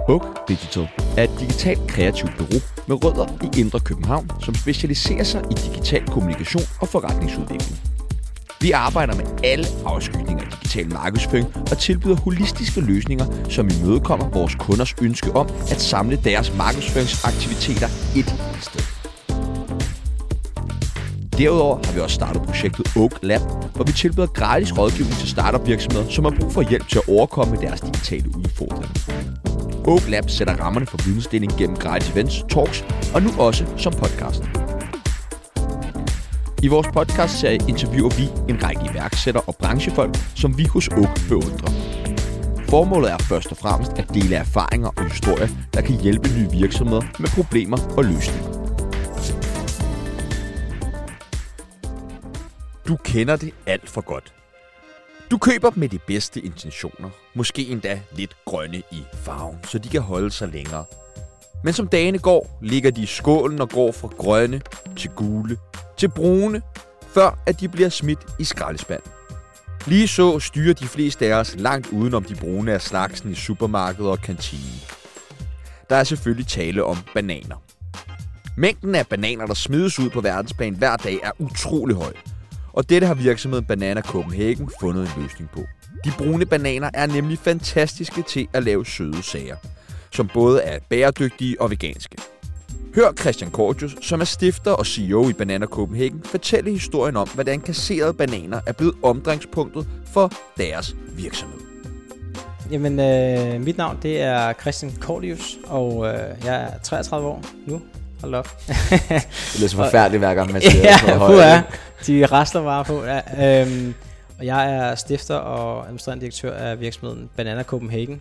Oak Digital er et digitalt kreativt bureau med rødder i Indre København, som specialiserer sig i digital kommunikation og forretningsudvikling. Vi arbejder med alle afskygninger af digital markedsføring og tilbyder holistiske løsninger, som imødekommer vores kunders ønske om at samle deres markedsføringsaktiviteter et sted. Derudover har vi også startet projektet Oak Lab, hvor vi tilbyder gratis rådgivning til startup-virksomheder, som har brug for hjælp til at overkomme deres digitale udfordringer. Oak Lab sætter rammerne for vidensdeling gennem gratis events, talks og nu også som podcast. I vores podcastserie interviewer vi en række iværksættere og branchefolk, som vi hos Oak beundrer. Formålet er først og fremmest at dele erfaringer og historier, der kan hjælpe nye virksomheder med problemer og løsninger. Du kender det alt for godt. Du køber med de bedste intentioner, måske endda lidt grønne i farven, så de kan holde sig længere. Men som dagene går, ligger de i skålen og går fra grønne til gule til brune, før at de bliver smidt i skraldespanden. Lige så styrer de fleste af os langt udenom de brune af slagsen i supermarkeder og kantinen. Der er selvfølgelig tale om bananer. Mængden af bananer, der smides ud på verdensplan hver dag, er utrolig høj. Og dette har virksomheden Banana Copenhagen fundet en løsning på. De brune bananer er nemlig fantastiske til at lave søde sager, som både er bæredygtige og veganske. Hør Christian Cordius, som er stifter og CEO i Banana Copenhagen, fortælle historien om, hvordan kasserede bananer er blevet omdrejningspunktet for deres virksomhed. Jamen, mit navn det er Christian Cordius, og jeg er 33 år nu. Hold op. Det lyder så forfærdeligt hver gang, man siger ja, de rasler bare på. Ja. Og jeg er stifter og administrerende direktør af virksomheden Banana Copenhagen.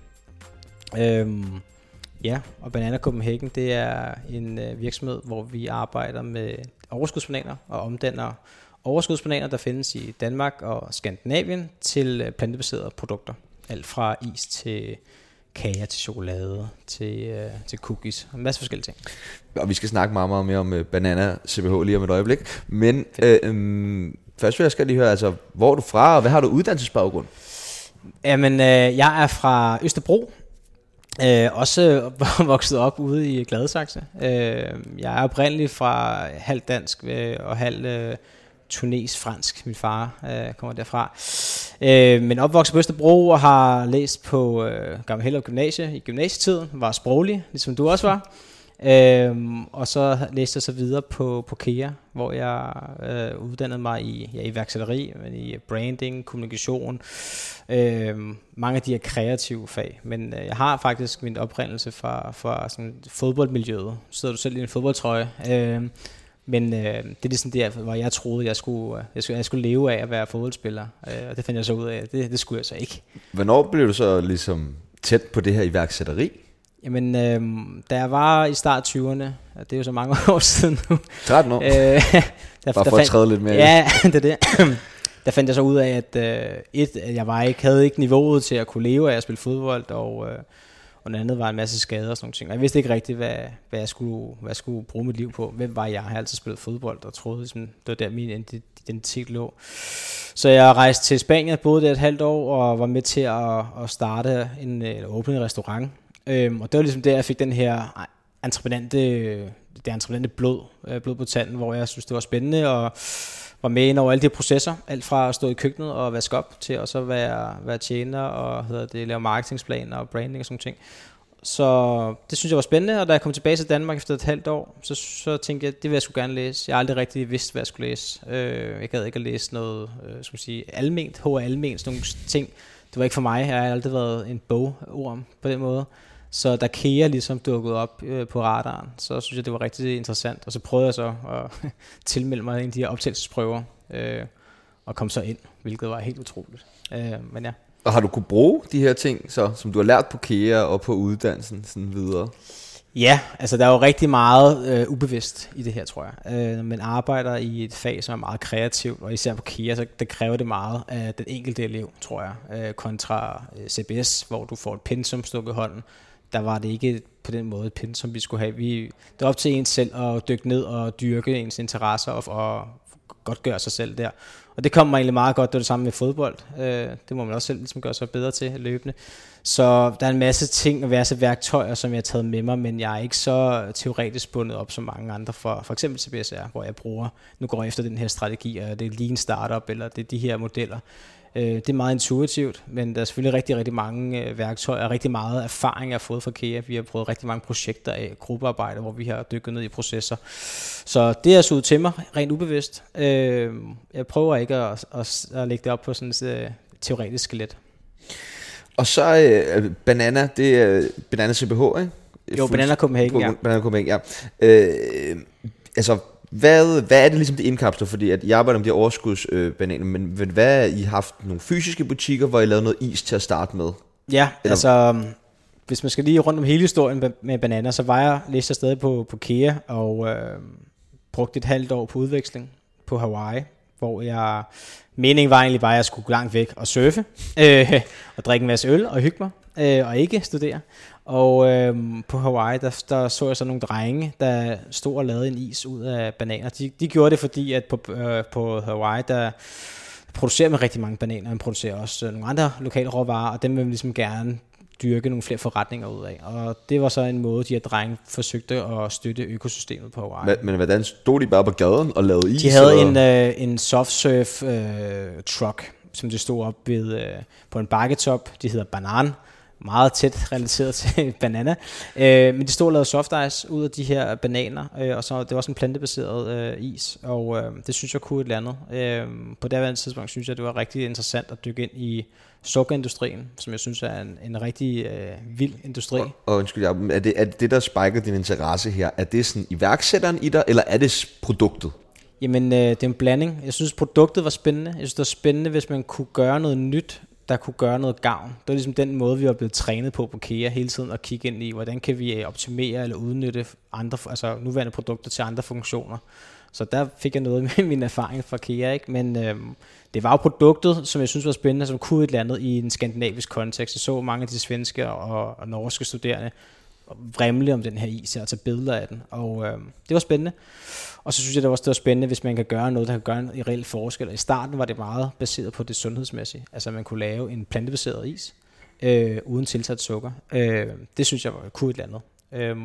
Ja, og Banana Copenhagen, det er en virksomhed, hvor vi arbejder med overskudsbananer og omdanner overskudsbananer, der findes i Danmark og Skandinavien, til plantebaserede produkter. Alt fra is til kager, til chokolade, til cookies, og en masse forskellige ting. Og vi skal snakke meget mere om Banana CPH lige om et øjeblik. Men først vil jeg skal lige høre, altså, hvor er du fra, og hvad har du uddannelsesbaggrund? Jamen, jeg er fra Østerbro. Også vokset op ude i Gladsaxe. Jeg er oprindelig fra halv dansk og halv tunesisk-fransk. Min far kommer derfra. Men opvokset på Østerbro og har læst på Gammel Hellerup Gymnasie i gymnasietiden. Var sproglig, ligesom du også var. Og så læste jeg så videre på KEA, hvor jeg uddannede mig i iværksætteri, men i branding, kommunikation, mange af de her kreative fag. Men jeg har faktisk min oprindelse fra sådan fodboldmiljøet. Så sidder du selv i en fodboldtrøje. Men det er ligesom der, hvor jeg troede, jeg skulle leve af at være fodboldspiller. Og det fandt jeg så ud af, det skulle jeg så ikke. Hvornår blev du så ligesom tæt på det her iværksætteri? Jamen, da jeg var i start 20'erne, det er jo så mange år siden nu. 13 år? Bare for at træde lidt mere. Ja, det er det. Der fandt jeg så ud af, at jeg havde ikke niveauet til at kunne leve af at spille fodbold, og den andet var en masse skader og sådan nogle ting. Og jeg vidste ikke rigtigt, hvad jeg skulle bruge mit liv på. Hvem var jeg? Jeg har altid spillet fodbold og troede, ligesom, det var der min identitet lå. Så jeg rejste til Spanien, boede der et halvt år, og var med til at starte åbne en restaurant. Og det var ligesom der, jeg fik den her entreprenante blod på tanden, hvor jeg synes, det var spændende, og var med ind over alle de processer. Alt fra at stå i køkkenet og vaske op, til at så være tjener og lave marketingsplaner og branding og sådan ting. Så det synes jeg var spændende, og da jeg kom tilbage til Danmark efter et halvt år, så tænkte jeg, det vil jeg sgu gerne læse. Jeg har aldrig rigtig vidst, hvad jeg skulle læse. Jeg gad ikke at læse noget, alment, alment, sådan nogle ting. Det var ikke for mig. Jeg har aldrig været en bogorm på den måde. Så da KEA ligesom dukkede op på radaren, så synes jeg, det var rigtig interessant. Og så prøvede jeg så at tilmelde mig en af de her optagelsesprøver, og kom så ind, hvilket var helt utroligt. Men ja. Og har du kunne bruge de her ting, så, som du har lært på KEA og på uddannelsen sådan videre? Ja, altså der er jo rigtig meget ubevidst i det her, tror jeg. Når man arbejder i et fag, som er meget kreativt, og især på KEA, så det kræver det meget af den enkelte elev, tror jeg, kontra CBS, hvor du får et pensum stukket i hånden. Der var det ikke på den måde et pensum, vi skulle have. Det er op til en selv at dykke ned og dyrke ens interesser og godt gøre sig selv der. Og det kommer egentlig meget godt, det er det samme med fodbold. Det må man også selv ligesom gøre sig bedre til løbende. Så der er en masse ting og masse værktøjer, som jeg har taget med mig, men jeg er ikke så teoretisk bundet op som mange andre for eksempel til BSR, hvor jeg nu går jeg efter den her strategi, og det er lean startup, eller det er de her modeller. Det er meget intuitivt, men der er selvfølgelig rigtig, rigtig mange værktøjer og rigtig meget erfaring, jeg har fået fra KEA. Vi har prøvet rigtig mange projekter af gruppearbejde, hvor vi har dykket ned i processer. Så det er så ud til mig, rent ubevidst. Jeg prøver ikke at lægge det op på sådan et teoretisk skelet. Og så Banana, det er Banana CPH, ikke? Jo, Banana Copenhagen, ja. Banana Copenhagen, ja. Altså, hvad er det ligesom det indkapsler? Fordi at jeg arbejder med de overskudsbananer, men hvad I har haft nogle fysiske butikker, hvor I lavede noget is til at starte med? Ja, eller? Altså, hvis man skal lige rundt om hele historien med Banana, så læste jeg stadig på KEA, og brugte et halvt år på udveksling på Hawaii, hvor meningen var egentlig bare, at jeg skulle gå langt væk og surfe, og drikke en masse øl og hygge mig, og ikke studere. Og på Hawaii, der så jeg så nogle drenge, der stod og lavede en is ud af bananer. De gjorde det, fordi at på Hawaii, der producerer man rigtig mange bananer, man producerer også nogle andre lokale råvarer, og dem vil man ligesom gerne dyrke nogle flere forretninger ud af. Og det var så en måde, de her drenge forsøgte at støtte økosystemet på Hawaii. Men hvordan stod de bare på gaden og lavede is? De havde en softsurf truck, som de stod op ved på en bakketop. De hedder Banan. Meget tæt relateret til banana. Men de stod og lavede soft ice ud af de her bananer, og så det var sådan en plantebaseret is, og det synes jeg kunne et eller andet. På det tidspunkt synes jeg, det var rigtig interessant at dykke ind i sukkerindustrien, som jeg synes er en rigtig vild industri. Og undskyld, er det der spiker din interesse her, er det sådan iværksætteren i dig, eller er det produktet? Jamen, det er en blanding. Jeg synes, produktet var spændende. Jeg synes, det var spændende, hvis man kunne gøre noget nyt, der kunne gøre noget gavn. Det var ligesom den måde, vi var blevet trænet på KEA hele tiden, at kigge ind i, hvordan kan vi optimere eller udnytte andre, altså nuværende produkter til andre funktioner. Så der fik jeg noget med min erfaring fra KEA, ikke? Men det var jo produktet, som jeg synes var spændende, som kunne et eller andet i en skandinavisk kontekst. Jeg så mange af de svenske og norske studerende vrimle om den her is og tage billeder af den, og det var spændende. Og så synes jeg, det var spændende, hvis man kan gøre noget, der kan gøre en reel forskel. I starten var det meget baseret på det sundhedsmæssige. Altså man kunne lave en plantebaseret is uden tilsat sukker. Det synes jeg kunne et eller andet.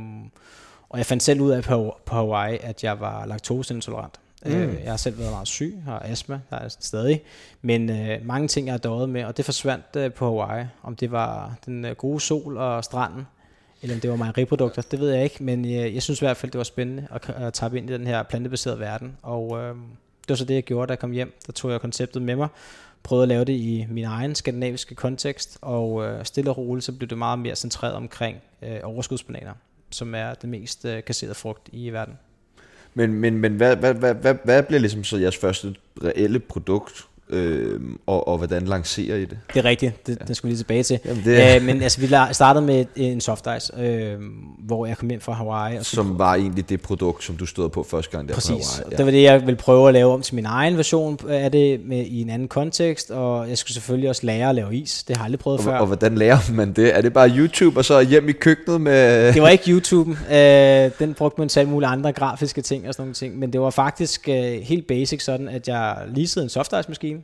Og jeg fandt selv ud af på Hawaii, at jeg var laktoseintolerant. Jeg har selv været meget syg, har astma, der er stadig. Men mange ting, jeg har døjet med, og det forsvandt på Hawaii. Om det var den gode sol og stranden, eller om det var mejeriprodukter, det ved jeg ikke, men jeg synes i hvert fald, det var spændende at tappe ind i den her plantebaserede verden, og det var så det, jeg gjorde, da jeg kom hjem. Der tog jeg konceptet med mig, prøvede at lave det i min egen skandinaviske kontekst, og stille og roligt, så blev det meget mere centreret omkring overskudsbananer, som er det mest kasserede frugt i verden. Men hvad bliver ligesom så jeres første reelle produkt? Og hvordan lancerer I det? Det er rigtigt, det skal vi lige tilbage til. Jamen, men altså, vi startede med en soft ice, hvor jeg kom ind fra Hawaii. Og som var egentlig det produkt, som du stod på første gang der på Hawaii. Ja. Det var det, jeg ville prøve at lave om til min egen version af det i en anden kontekst, og jeg skulle selvfølgelig også lære at lave is. Det har jeg aldrig prøvet før. Og hvordan lærer man det? Er det bare YouTube, og så hjem i køkkenet med... Det var ikke YouTube. Den brugte man til alle mulige andre grafiske ting og sådan nogle ting, men det var faktisk helt basic sådan, at jeg leasede en soft ice maskine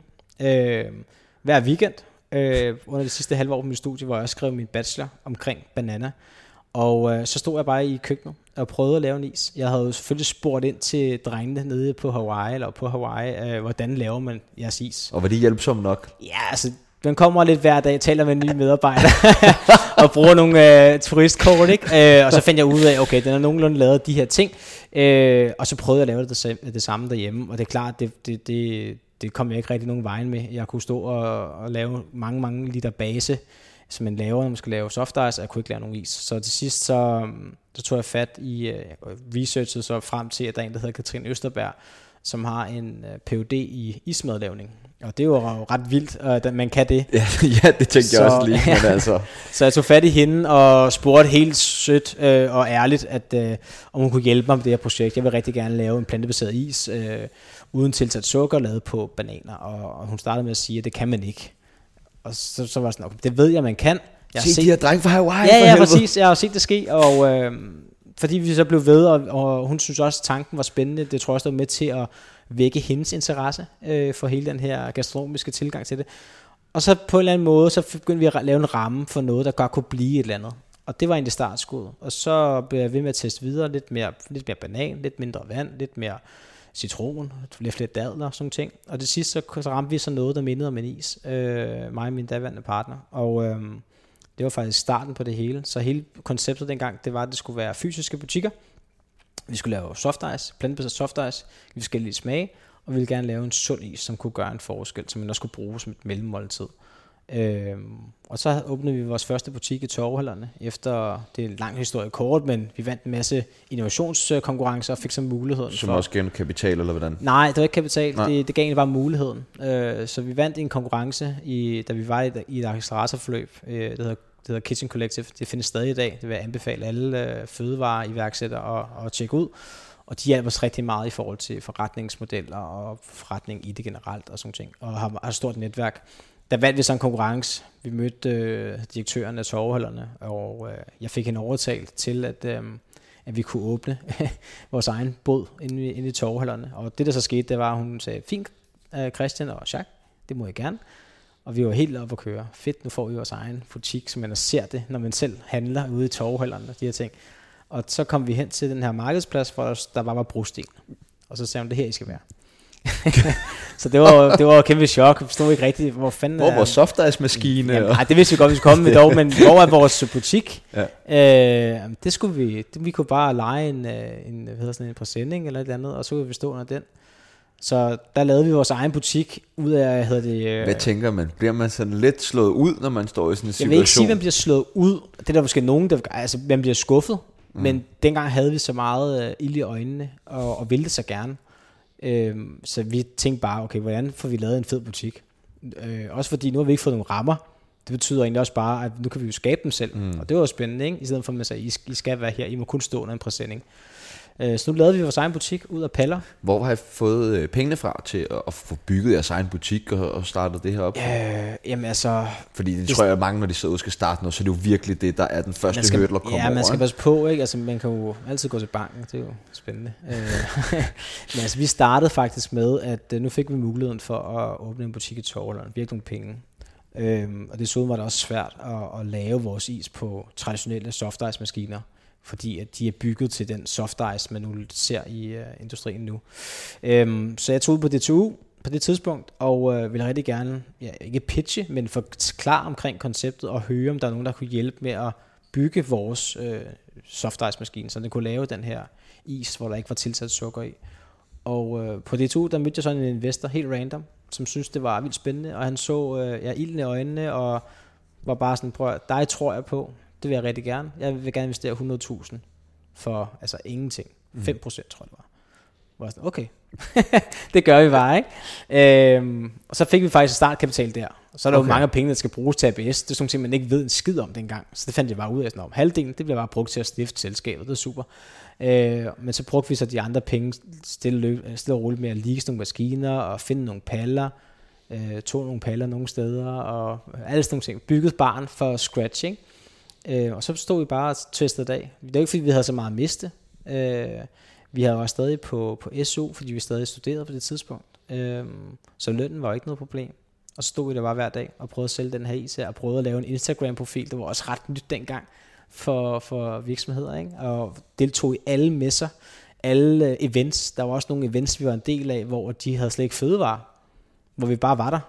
hver weekend under det sidste halve år på mit studie, hvor jeg skrev min bachelor omkring banana, og så stod jeg bare i køkkenet og prøvede at lave en is. Jeg havde jo selvfølgelig spurgt ind til drengene nede på Hawaii, hvordan laver man jeres is. Og var det hjælpsomt nok? Ja, altså man kommer lidt hver dag, taler med en ny medarbejder og bruger nogle turistkort, ikke? Og så fandt jeg ud af, okay, den er nogenlunde lavet de her ting, og så prøvede jeg at lave det samme derhjemme, og det er klart, det kom jeg ikke rigtig nogen vejen med. Jeg kunne stå og lave mange liter base, som man laver, når man skal lave soft ice, og jeg kunne ikke lave nogen is. Så til sidst, så tog jeg fat i researchet så frem til, at der er en, der hedder Katrine Østerberg, som har en Ph.D. i ismadlavning. Og det er jo ret vildt, at man kan det. Ja, det tænkte jeg også lige. Men altså. Så jeg tog fat i hende og spurgte helt sødt og ærligt, at om hun kunne hjælpe mig med det her projekt. Jeg vil rigtig gerne lave en plantebaseret is, uden tilsat sukker, lavet på bananer. Og hun startede med at sige, at det kan man ikke. Og så var sådan, okay, det ved jeg, man kan. Se de her drenge fra Hawaii. Ja, præcis. Jeg har set det ske, og fordi vi så blev ved, og hun synes også, at tanken var spændende. Det tror jeg også, der var med til at vække hendes interesse for hele den her gastronomiske tilgang til det. Og så på en eller anden måde, så begyndte vi at lave en ramme for noget, der godt kunne blive et eller andet. Og det var egentlig startskuddet. Og så blev jeg ved med at teste videre, lidt mere banan, lidt mindre vand, lidt mere citron, lidt flere dadler, sådan ting. Og det sidste, så ramte vi så noget, der mindede om en is, mig og min daværende partner. Og det var faktisk starten på det hele. Så hele konceptet dengang, det var, at det skulle være fysiske butikker. Vi skulle lave soft ice, plantebaseret soft ice, vi skulle lige smage, og vi ville gerne lave en sund is, som kunne gøre en forskel, som man også kunne bruge som et mellemmåltid. Og så åbnede vi vores første butik i Torvehallerne, efter, det er en lang historie kort, men vi vandt en masse innovationskonkurrencer og fik så muligheden. Som også gav kapital, eller hvordan? Nej, det var ikke kapital, det gav egentlig bare muligheden. Så vi vandt en konkurrence, da vi var i et acceleratorforløb, det hedder Kitchen Collective. Det findes stadig i dag. Det vil jeg anbefale alle fødevareiværksættere at tjekke ud. Og de hjælper os rigtig meget i forhold til forretningsmodeller og forretning i det generelt og sådan ting. Og har et stort netværk. Der vandt vi så en konkurrence. Vi mødte direktøren af Torvehallerne, og jeg fik hende overtalt til, at vi kunne åbne vores egen bod inde i Torvehallerne. Og det, der så skete, det var, at hun sagde, fint, Christian og Jacques, det må jeg gerne. Og vi var helt oppe at køre. Fedt, nu får vi vores egen butik, så man ser det, når man selv handler ude i Torvehallerne og de her ting. Og så kom vi hen til den her markedsplads, hvor der bare var brosten. Og så sagde hun, det her I skal være. Så det var et kæmpe chok. Jeg forstod ikke rigtigt, hvor fanden hvor vores soft ice maskine. Jamen, nej, det vidste vi godt, vi skulle komme med dog, men hvor er vores butik? Ja. Det skulle vi kunne bare lege en præsending eller et eller andet, og så kunne vi stå under den. Så der lavede vi vores egen butik ud af, Hvad tænker man? Bliver man sådan lidt slået ud, når man står i sådan en situation? Jeg vil ikke sige, at man bliver slået ud. Det er der måske nogen, altså man bliver skuffet. Men dengang havde vi så meget ild i øjnene, og ville det så gerne. Så vi tænkte bare, okay, hvordan får vi lavet en fed butik? Også fordi nu har vi ikke fået nogle rammer. Det betyder egentlig også bare, at nu kan vi jo skabe dem selv. Og det var jo spændende, ikke? I stedet for at man sagde, I skal være her, I må kun stå under en præsending. Så nu lavede vi vores egen butik ud af paller. Hvor har I fået pengene fra til at få bygget jeres egen butik og startet det her op? Jamen altså... Fordi det tror jeg, mange, når de sidder og skal starte noget, så er det jo virkelig det, der er den første hurdle at komme over. Ja, man skal passe på, ikke? Altså, man kan jo altid gå til banken, det er jo spændende. Men altså, vi startede faktisk med, at nu fik vi muligheden for at åbne en butik i Torvehallerne. Vi har ikke nogen penge. Og desuden var det også svært at lave vores is på traditionelle soft ice maskiner, fordi at de er bygget til den soft ice, man nu ser i industrien nu. Så jeg tog ud på DTU på det tidspunkt, og ville rigtig gerne, ikke pitche, men forklare omkring konceptet, og høre, om der er nogen, der kunne hjælpe med at bygge vores soft ice maskine, så den kunne lave den her is, hvor der ikke var tilsat sukker i. Og på DTU, der mødte jeg sådan en investor, helt random, som synes det var vildt spændende, og han så ilden i øjnene, og var bare sådan, prøv at, dig tror jeg på, det vil jeg rigtig gerne. Jeg vil gerne investere 100.000 for altså ingenting. 5% tror jeg det var. Var sådan, okay, det gør vi bare, ikke? Og så fik vi faktisk startkapital der. Og så er der jo mange penge, der skal bruges til ABS. Det er sådan noget, man ikke ved en skid om dengang. Så det fandt jeg bare ud af. Sådan, halvdelen, det bliver bare brugt til at stifte selskabet. Det er super. Men så brugte vi så de andre penge stille og roligt med at lease nogle maskiner og finde nogle paller. Tog nogle paller nogle steder og alle sådan nogle ting. Bygget barn for scratch, ikke? Og så stod vi bare og testede af. Det var ikke fordi vi havde så meget at miste. Vi havde også stadig på SU, fordi vi stadig studerede på det tidspunkt. Så lønnen var ikke noget problem. Og så stod vi der bare hver dag og prøvede at sælge den her is her, og prøvede at lave en Instagram-profil. Det var også ret nyt dengang for virksomheder, ikke? Og deltog i alle messer, alle events. Der var også nogle events, vi var en del af, hvor de havde slet ikke fødevarer, hvor vi bare var der.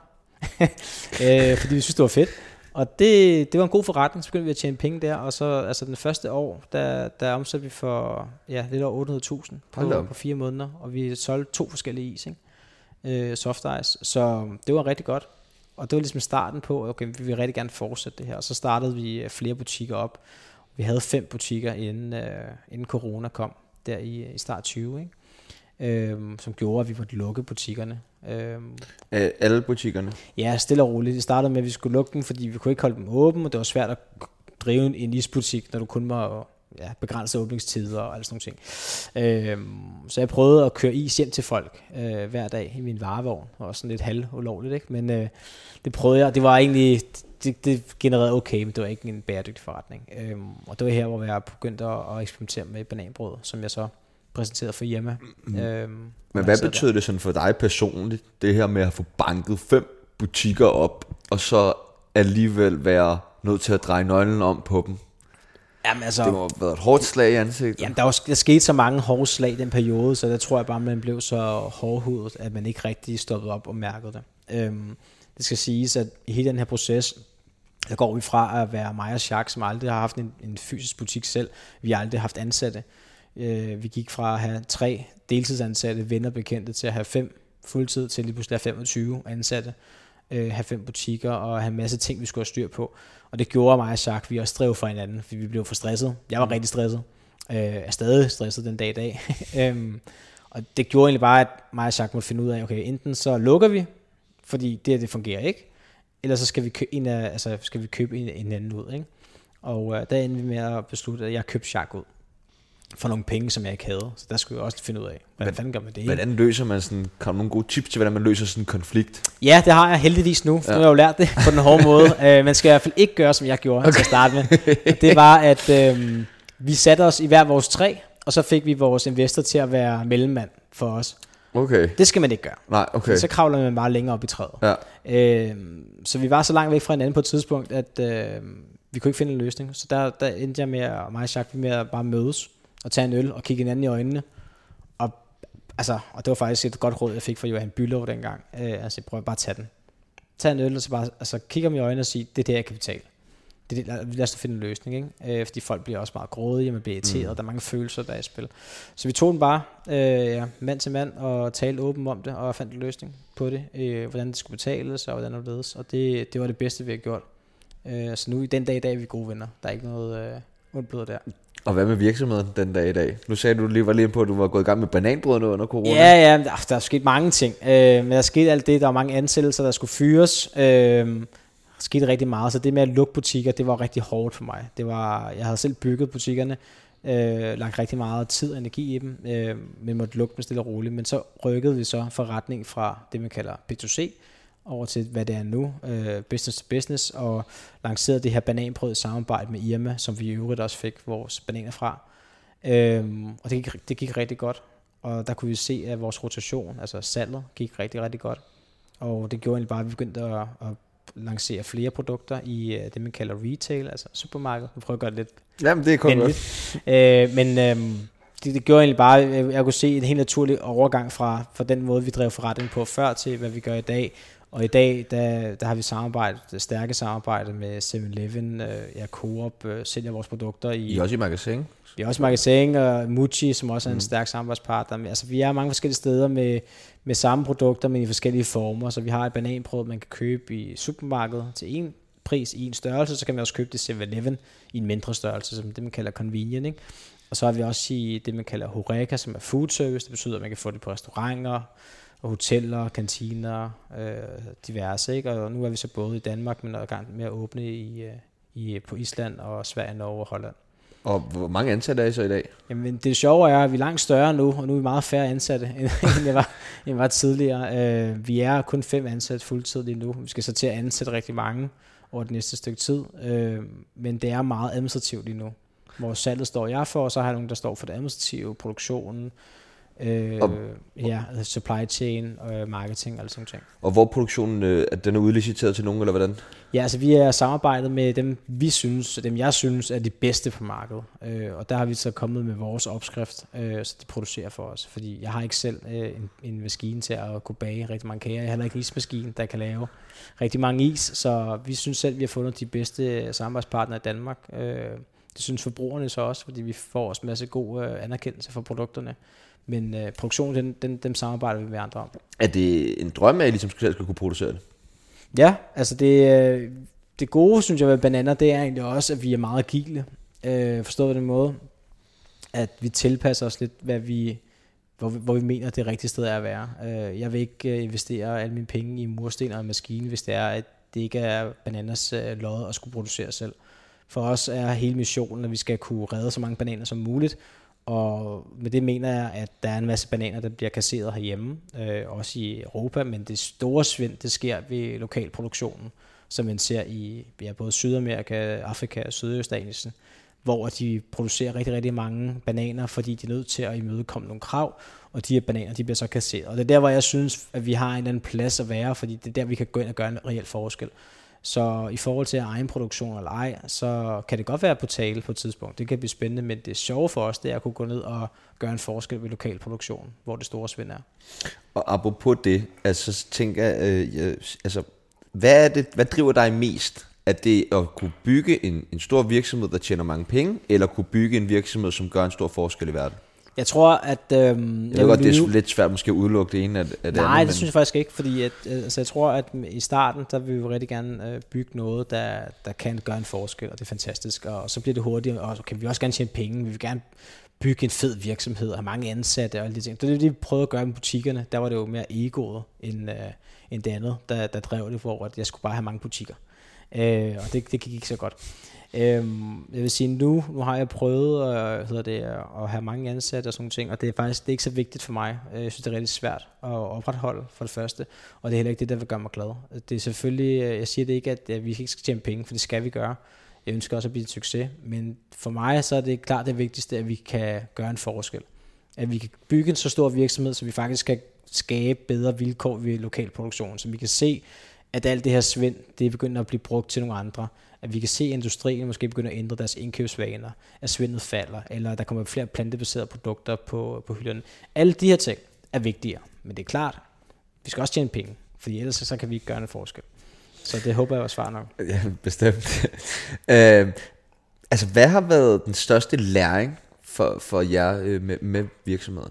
Fordi vi synes, det var fedt. Og det var en god forretning, så begyndte vi at tjene penge der, og så altså den første år, der omsatte vi for lidt over 800.000 på 4 måneder, og vi solgte 2 forskellige is, ikke? Soft ice, så det var rigtig godt. Og det var ligesom starten på, okay, vi vil rigtig gerne fortsætte det her, og så startede vi flere butikker op. Vi havde 5 butikker inden corona kom, der i start 20, ikke? Som gjorde, at vi måtte lukke butikkerne. Alle butikkerne? Ja, stille og roligt. Det startede med, at vi skulle lukke dem, fordi vi kunne ikke holde dem åben, og det var svært at drive en isbutik, når du kun var begrænsede åbningstider og alle sådan nogle ting. Så jeg prøvede at køre is hjem til folk hver dag i min varevogn. Det var også sådan lidt halvulovligt, ikke? Men det prøvede jeg. Det var egentlig, det genererede okay, men det var ikke en bæredygtig forretning. Og det var her, hvor jeg begyndte at eksperimentere med bananbrød, som jeg så præsenteret for Irma. Men hvad betød det sådan for dig personligt, det her med at få banket 5 butikker op, og så alligevel være nødt til at dreje nøglen om på dem? Jamen, altså, det må have været et hårdt slag i ansigtet. Jamen, der skete så mange hårde slag i den periode, så der tror jeg bare, man blev så hårdhudet, at man ikke rigtig stoppede op og mærkede det. Det skal siges, at i hele den her proces, der går vi fra at være mig og Jacques, som aldrig har haft en fysisk butik selv. Vi har aldrig haft ansatte. Vi gik fra at have 3 deltidsansatte, venner bekendte, til at have 5 fuldtid, til lige pludselig at have 25 ansatte, have 5 butikker og have en masse ting, vi skulle have styr på. Og det gjorde mig og Jacques, vi også drev fra hinanden, fordi vi blev for stresset. Jeg var rigtig stresset. Jeg er stadig stresset den dag i dag. Og det gjorde egentlig bare, at mig og Jacques måtte finde ud af, okay, enten så lukker vi, fordi det fungerer ikke, eller så skal vi købe en anden ud, ikke? Og der endte vi med at beslutte, at jeg købte Jacques ud for nogle penge, som jeg ikke havde. Så der skulle jeg også finde ud af, hvordan fanden gør man det? Hvordan løser man sådan, kan nogle gode tips til, hvordan man løser sådan en konflikt? Ja, det har jeg heldigvis nu, for nu har jeg jo lært det på den hårde måde. Man skal i hvert fald ikke gøre, som jeg gjorde til at starte med. Og det var, at vi satte os i hver vores træ, og så fik vi vores investor til at være mellemmand for os. Okay. Det skal man ikke gøre. Nej, okay. Så kravler man bare længere op i træet. Ja. Så vi var så langt væk fra hinanden på et tidspunkt, at vi kunne ikke finde en løsning. Så der endte jeg med, og mig og Jacques, med at bare mødes og tage en øl og kigge hinanden i øjnene. Og det var faktisk et godt råd, jeg fik fra Johan Bülow dengang. Altså, prøv bare at tage den. Tag en øl, og så bare kigge ham i øjnene og sige, det er det, jeg kan betale. Lad os finde en løsning, ikke? Fordi folk bliver også meget grådige, og man bliver irriteret, der er mange følelser, der er i spil. Så vi tog den bare mand til mand, og talte åbent om det, og fandt en løsning på det, hvordan det skulle betales, og hvordan det ledes. Og det var det bedste, vi har gjort. Så nu i den dag i dag er vi gode venner. Der er ikke noget ondt blod der. Og hvad med virksomheden den dag i dag? Nu sagde du lige på, at du var gået i gang med bananbrødene under corona. Ja, der er sket mange ting. Men der skete alt det. Der var mange ansættelser, der skulle fyres. Der skete rigtig meget. Så det med at lukke butikker, det var rigtig hårdt for mig. Jeg havde selv bygget butikkerne, lagt rigtig meget tid og energi i dem, men måtte lukke dem stille og roligt. Men så rykkede vi så forretning fra det, man kalder B2C, over til, hvad det er nu, business to business, og lancerede det her bananbrød i samarbejde med Irma, som vi i øvrigt også fik vores bananer fra. Og det gik rigtig godt. Og der kunne vi se, at vores rotation, altså salget, gik rigtig, rigtig godt. Og det gjorde egentlig bare, at vi begyndte at lancere flere produkter i det, man kalder retail, altså supermarked. Nu prøver jeg at gøre det lidt. Jamen, det er godt. Men det gjorde egentlig bare, at jeg kunne se en helt naturlig overgang fra den måde, vi drev forretning på før, til hvad vi gør i dag. Og i dag, der har vi stærke samarbejde med 7-Eleven, Coop, sælger vores produkter i... I er også i Magasin? Vi er også i Magasin, og Muji, som også er en stærk samarbejdspartner. Men, altså, vi er mange forskellige steder med samme produkter, men i forskellige former. Så vi har et bananbrød, man kan købe i supermarkedet til en pris i en størrelse, så kan man også købe det 7-Eleven i en mindre størrelse, som det man kalder convenient, ikke? Og så har vi også i det man kalder Horeca, som er food service. Det betyder, at man kan få det på restauranter og hoteller, kantiner, diverse, ikke? Og nu er vi så både i Danmark, men er i gang med at åbne på Island og Sverige, Norge og Holland. Og hvor mange ansatte er I så i dag? Jamen det sjove er, at vi er langt større nu, og nu er vi meget færre ansatte, end jeg var tidligere. Vi er kun 5 ansatte fuldtid lige nu. Vi skal så til at ansætte rigtig mange over det næste stykke tid, men det er meget administrativt lige nu. Hvor salget står jeg for, og så har jeg nogen, der står for det administrative, produktionen, supply chain, marketing og sådan ting. Og hvor produktionen den er udliciteret til nogen, eller hvordan? Ja, altså vi er samarbejdet med dem, jeg synes er de bedste på markedet. Og der har vi så kommet med vores opskrift, så de producerer for os. Fordi jeg har ikke selv en maskine til at kunne bage rigtig mange kager. Jeg har heller ikke en ismaskine, der kan lave rigtig mange is. Så vi synes selv, vi har fundet de bedste samarbejdspartnere i Danmark. Det synes forbrugerne så også, fordi vi får også en masse god anerkendelse for produkterne. Men produktionen, dem samarbejder vi med andre om. Er det en drøm, at I ligesom selv skal kunne producere det? Ja, altså det gode, synes jeg, ved bananer, det er egentlig også, at vi er meget agile. Forstået på den måde, at vi tilpasser os lidt, hvor vi mener, det rigtige sted er at være. Jeg vil ikke investere alle mine penge i mursten og en maskine, hvis det er, at det ikke er bananers lod at skulle producere selv. For os er hele missionen, at vi skal kunne redde så mange bananer som muligt, og med det mener jeg, at der er en masse bananer, der bliver kasseret herhjemme, også i Europa, men det store svind, det sker ved lokalproduktionen, som man ser i både Sydamerika, Afrika og Sydøstasien, hvor de producerer rigtig, rigtig mange bananer, fordi de er nødt til at imødekomme nogle krav, og de her bananer, de bliver så kasseret. Og det er der, hvor jeg synes, at vi har en eller anden plads at være, fordi det er der, vi kan gå ind og gøre en reel forskel. Så i forhold til egen produktion eller ej, så kan det godt være på tale på et tidspunkt. Det kan blive spændende, men det sjove for os, det er at kunne gå ned og gøre en forskel ved lokal produktion, hvor det store svind er. Og apropos det, altså tænker jeg, hvad driver dig mest? Er det at kunne bygge en stor virksomhed, der tjener mange penge, eller kunne bygge en virksomhed, som gør en stor forskel i verden? Jeg tror, at... jeg ved godt, det er lidt svært måske at udelukke det ene af det andet. Nej, det synes jeg faktisk ikke, fordi jeg tror, at i starten, der vil vi jo rigtig gerne bygge noget, der kan gøre en forskel, og det er fantastisk, og så bliver det hurtigt, og så kan vi også gerne tjene penge, vi vil gerne bygge en fed virksomhed, og have mange ansatte og alle de ting. Det er det, vi prøvede at gøre med butikkerne. Der var det jo mere egoet end det andet, der drev det, for at jeg skulle bare have mange butikker. Og det gik ikke så godt. Jeg vil sige, nu har jeg prøvet at have mange ansatte og sådan nogle ting, og det er ikke så vigtigt for mig. Jeg synes, det er rigtig svært at opretholde for det første, og det er heller ikke det, der vil gøre mig glad. Det er selvfølgelig, jeg siger det ikke, at vi ikke skal tjene penge, for det skal vi gøre. Jeg ønsker også at blive et succes, men for mig så er det klart det vigtigste, at vi kan gøre en forskel. At vi kan bygge en så stor virksomhed, så vi faktisk kan skabe bedre vilkår ved lokalproduktionen, så vi kan se, at alt det her svind, det begynder at blive brugt til nogle andre. At vi kan se, at industrien måske begynder at ændre deres indkøbsvaner, at svindet falder, eller der kommer flere plantebaserede produkter på hylderne. Alle de her ting er vigtigere, men det er klart, vi skal også tjene penge, for ellers så kan vi ikke gøre en forskel. Så det håber jeg var svar nok. Ja, bestemt. Hvad har været den største læring for jer med virksomheden?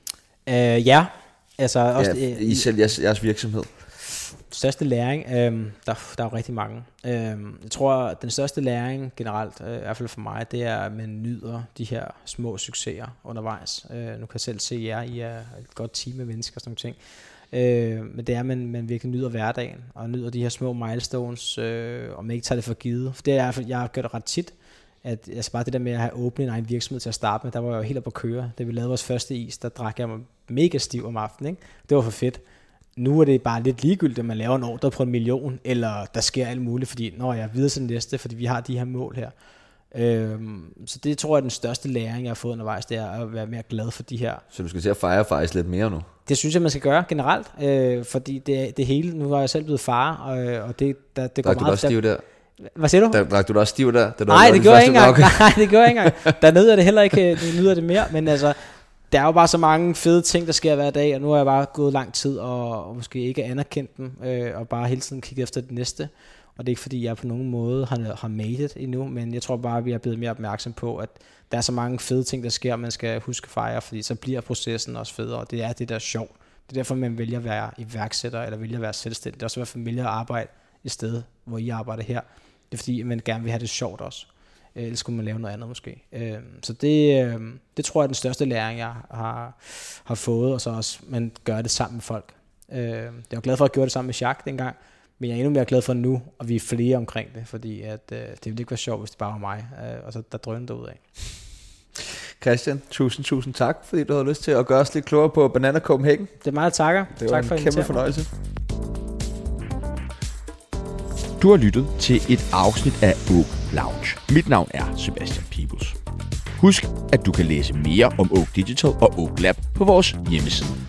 I selv jeres virksomhed. Største læring, der er jo rigtig mange. Jeg tror, at den største læring generelt, i hvert fald for mig, det er, at man nyder de her små succeser undervejs. Nu kan jeg selv se jer, I er et godt team af mennesker og sådan nogle ting. Men det er, at man virkelig nyder hverdagen, og nyder de her små milestones, og man ikke tager det for givet. For det er i hvert fald, jeg har gjort det ret tit, at altså bare det der med at have åbnet en egen virksomhed til at starte med, der var jeg jo helt oppe at køre. Da vi lavede vores første is, der drak jeg mig mega stiv om aftenen, ikke? Det var for fedt. Nu er det bare lidt ligegyldigt, at man laver en ordre på 1 million, eller der sker alt muligt, fordi jeg er videre til næste, fordi vi har de her mål her. Så det tror jeg er den største læring, jeg har fået undervejs, det er at være mere glad for de her. Så du skal til at fejre faktisk lidt mere nu? Det synes jeg, man skal gøre generelt, fordi det hele, nu var jeg selv blevet far, og det går meget... Drak du også stiv der? Hvad siger du? Drak du også stiv der? Nej, det gjorde jeg ikke engang. Nej, det gjorde jeg ikke engang. Der nyder det heller ikke, nyder det mere, men altså... Der er jo bare så mange fede ting, der sker hver dag, og nu har jeg bare gået lang tid og måske ikke anerkendt dem, og bare hele tiden kigget efter det næste. Og det er ikke fordi, jeg på nogen måde har made it endnu, men jeg tror bare, at vi er blevet mere opmærksom på, at der er så mange fede ting, der sker, og man skal huske at fejre, fordi så bliver processen også federe, og det er det, der er sjovt. Det er derfor, man vælger at være iværksætter, eller vælger at være selvstændig. Det er også derfor, man vælger at arbejde i stedet, hvor I arbejder her. Det er fordi, man gerne vil have det sjovt også. Ellers skulle man lave noget andet måske. Så det tror jeg er den største læring, jeg har fået, og så også, man gør det sammen med folk. Jeg var glad for at gøre det sammen med Jacques dengang, men jeg er endnu mere glad for nu, og vi er flere omkring det, fordi at, det ville ikke være sjovt, hvis det bare var mig, og så der drønede derudad. Christian, tusind tak, fordi du havde lyst til at gøre os lidt klogere på Banana Copenhagen. Det er meget takker. Det var tak en kæmpe fornøjelse. Du har lyttet til et afsnit af Oak Lounge. Mit navn er Sebastian Peebles. Husk, at du kan læse mere om Oak Digital og Oak Lab på vores hjemmeside.